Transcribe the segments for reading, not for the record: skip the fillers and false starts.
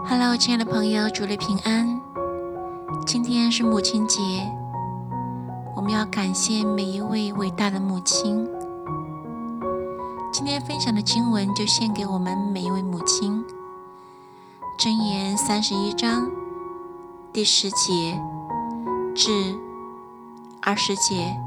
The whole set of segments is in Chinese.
Hello， 亲爱的朋友，主内平安。今天是母亲节，我们要感谢每一位伟大的母亲。今天分享的经文就献给我们每一位母亲。箴言31章第10节至20节。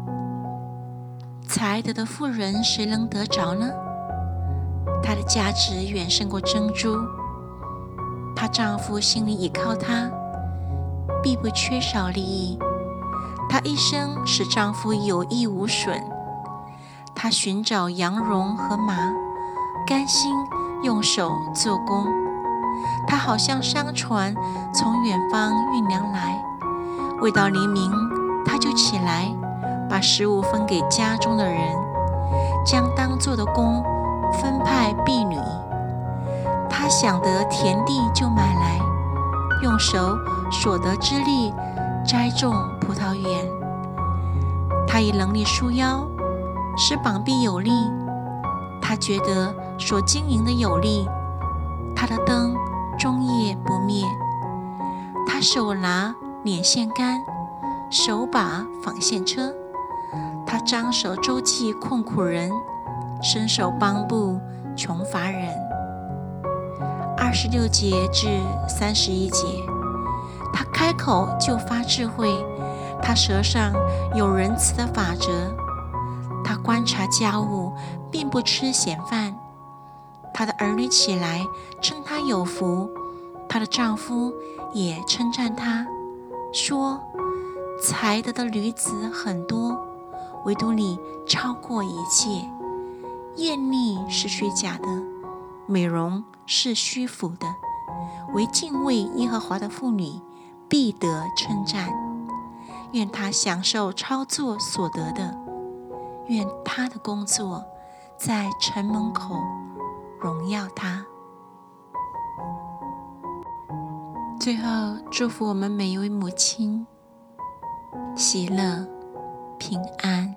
才德的妇人谁能得着呢？她的价值远胜过珍珠。她丈夫心里倚靠她，必不缺少利益。她一生使丈夫有益无损。她寻找羊绒和麻，甘心用手做工。她好像商船从远方运粮来，未到黎明，她就起来，把食物分给家中的人，将当做的工分派婢女。他想得田地就买来，用手所得之力栽种葡萄园。他以能力束腰，使膀臂有力。他觉得所经营的有力，他的灯终夜不灭。他手拿捻线杆，手把纺线车。他张手周济困苦人，伸手帮助穷乏人。26节至31节，他开口就发智慧，他舌上有仁慈的法则。他观察家务，并不吃闲饭。他的儿女起来称他有福，他的丈夫也称赞他，说：才德的女子很多，唯独你超过一切。艳丽是虚假的，美容是虚浮的，唯敬畏耶和华的妇女必得称赞。愿她享受操作所得的，愿她的工作在城门口荣耀她。最后，祝福我们每一位母亲喜乐平安。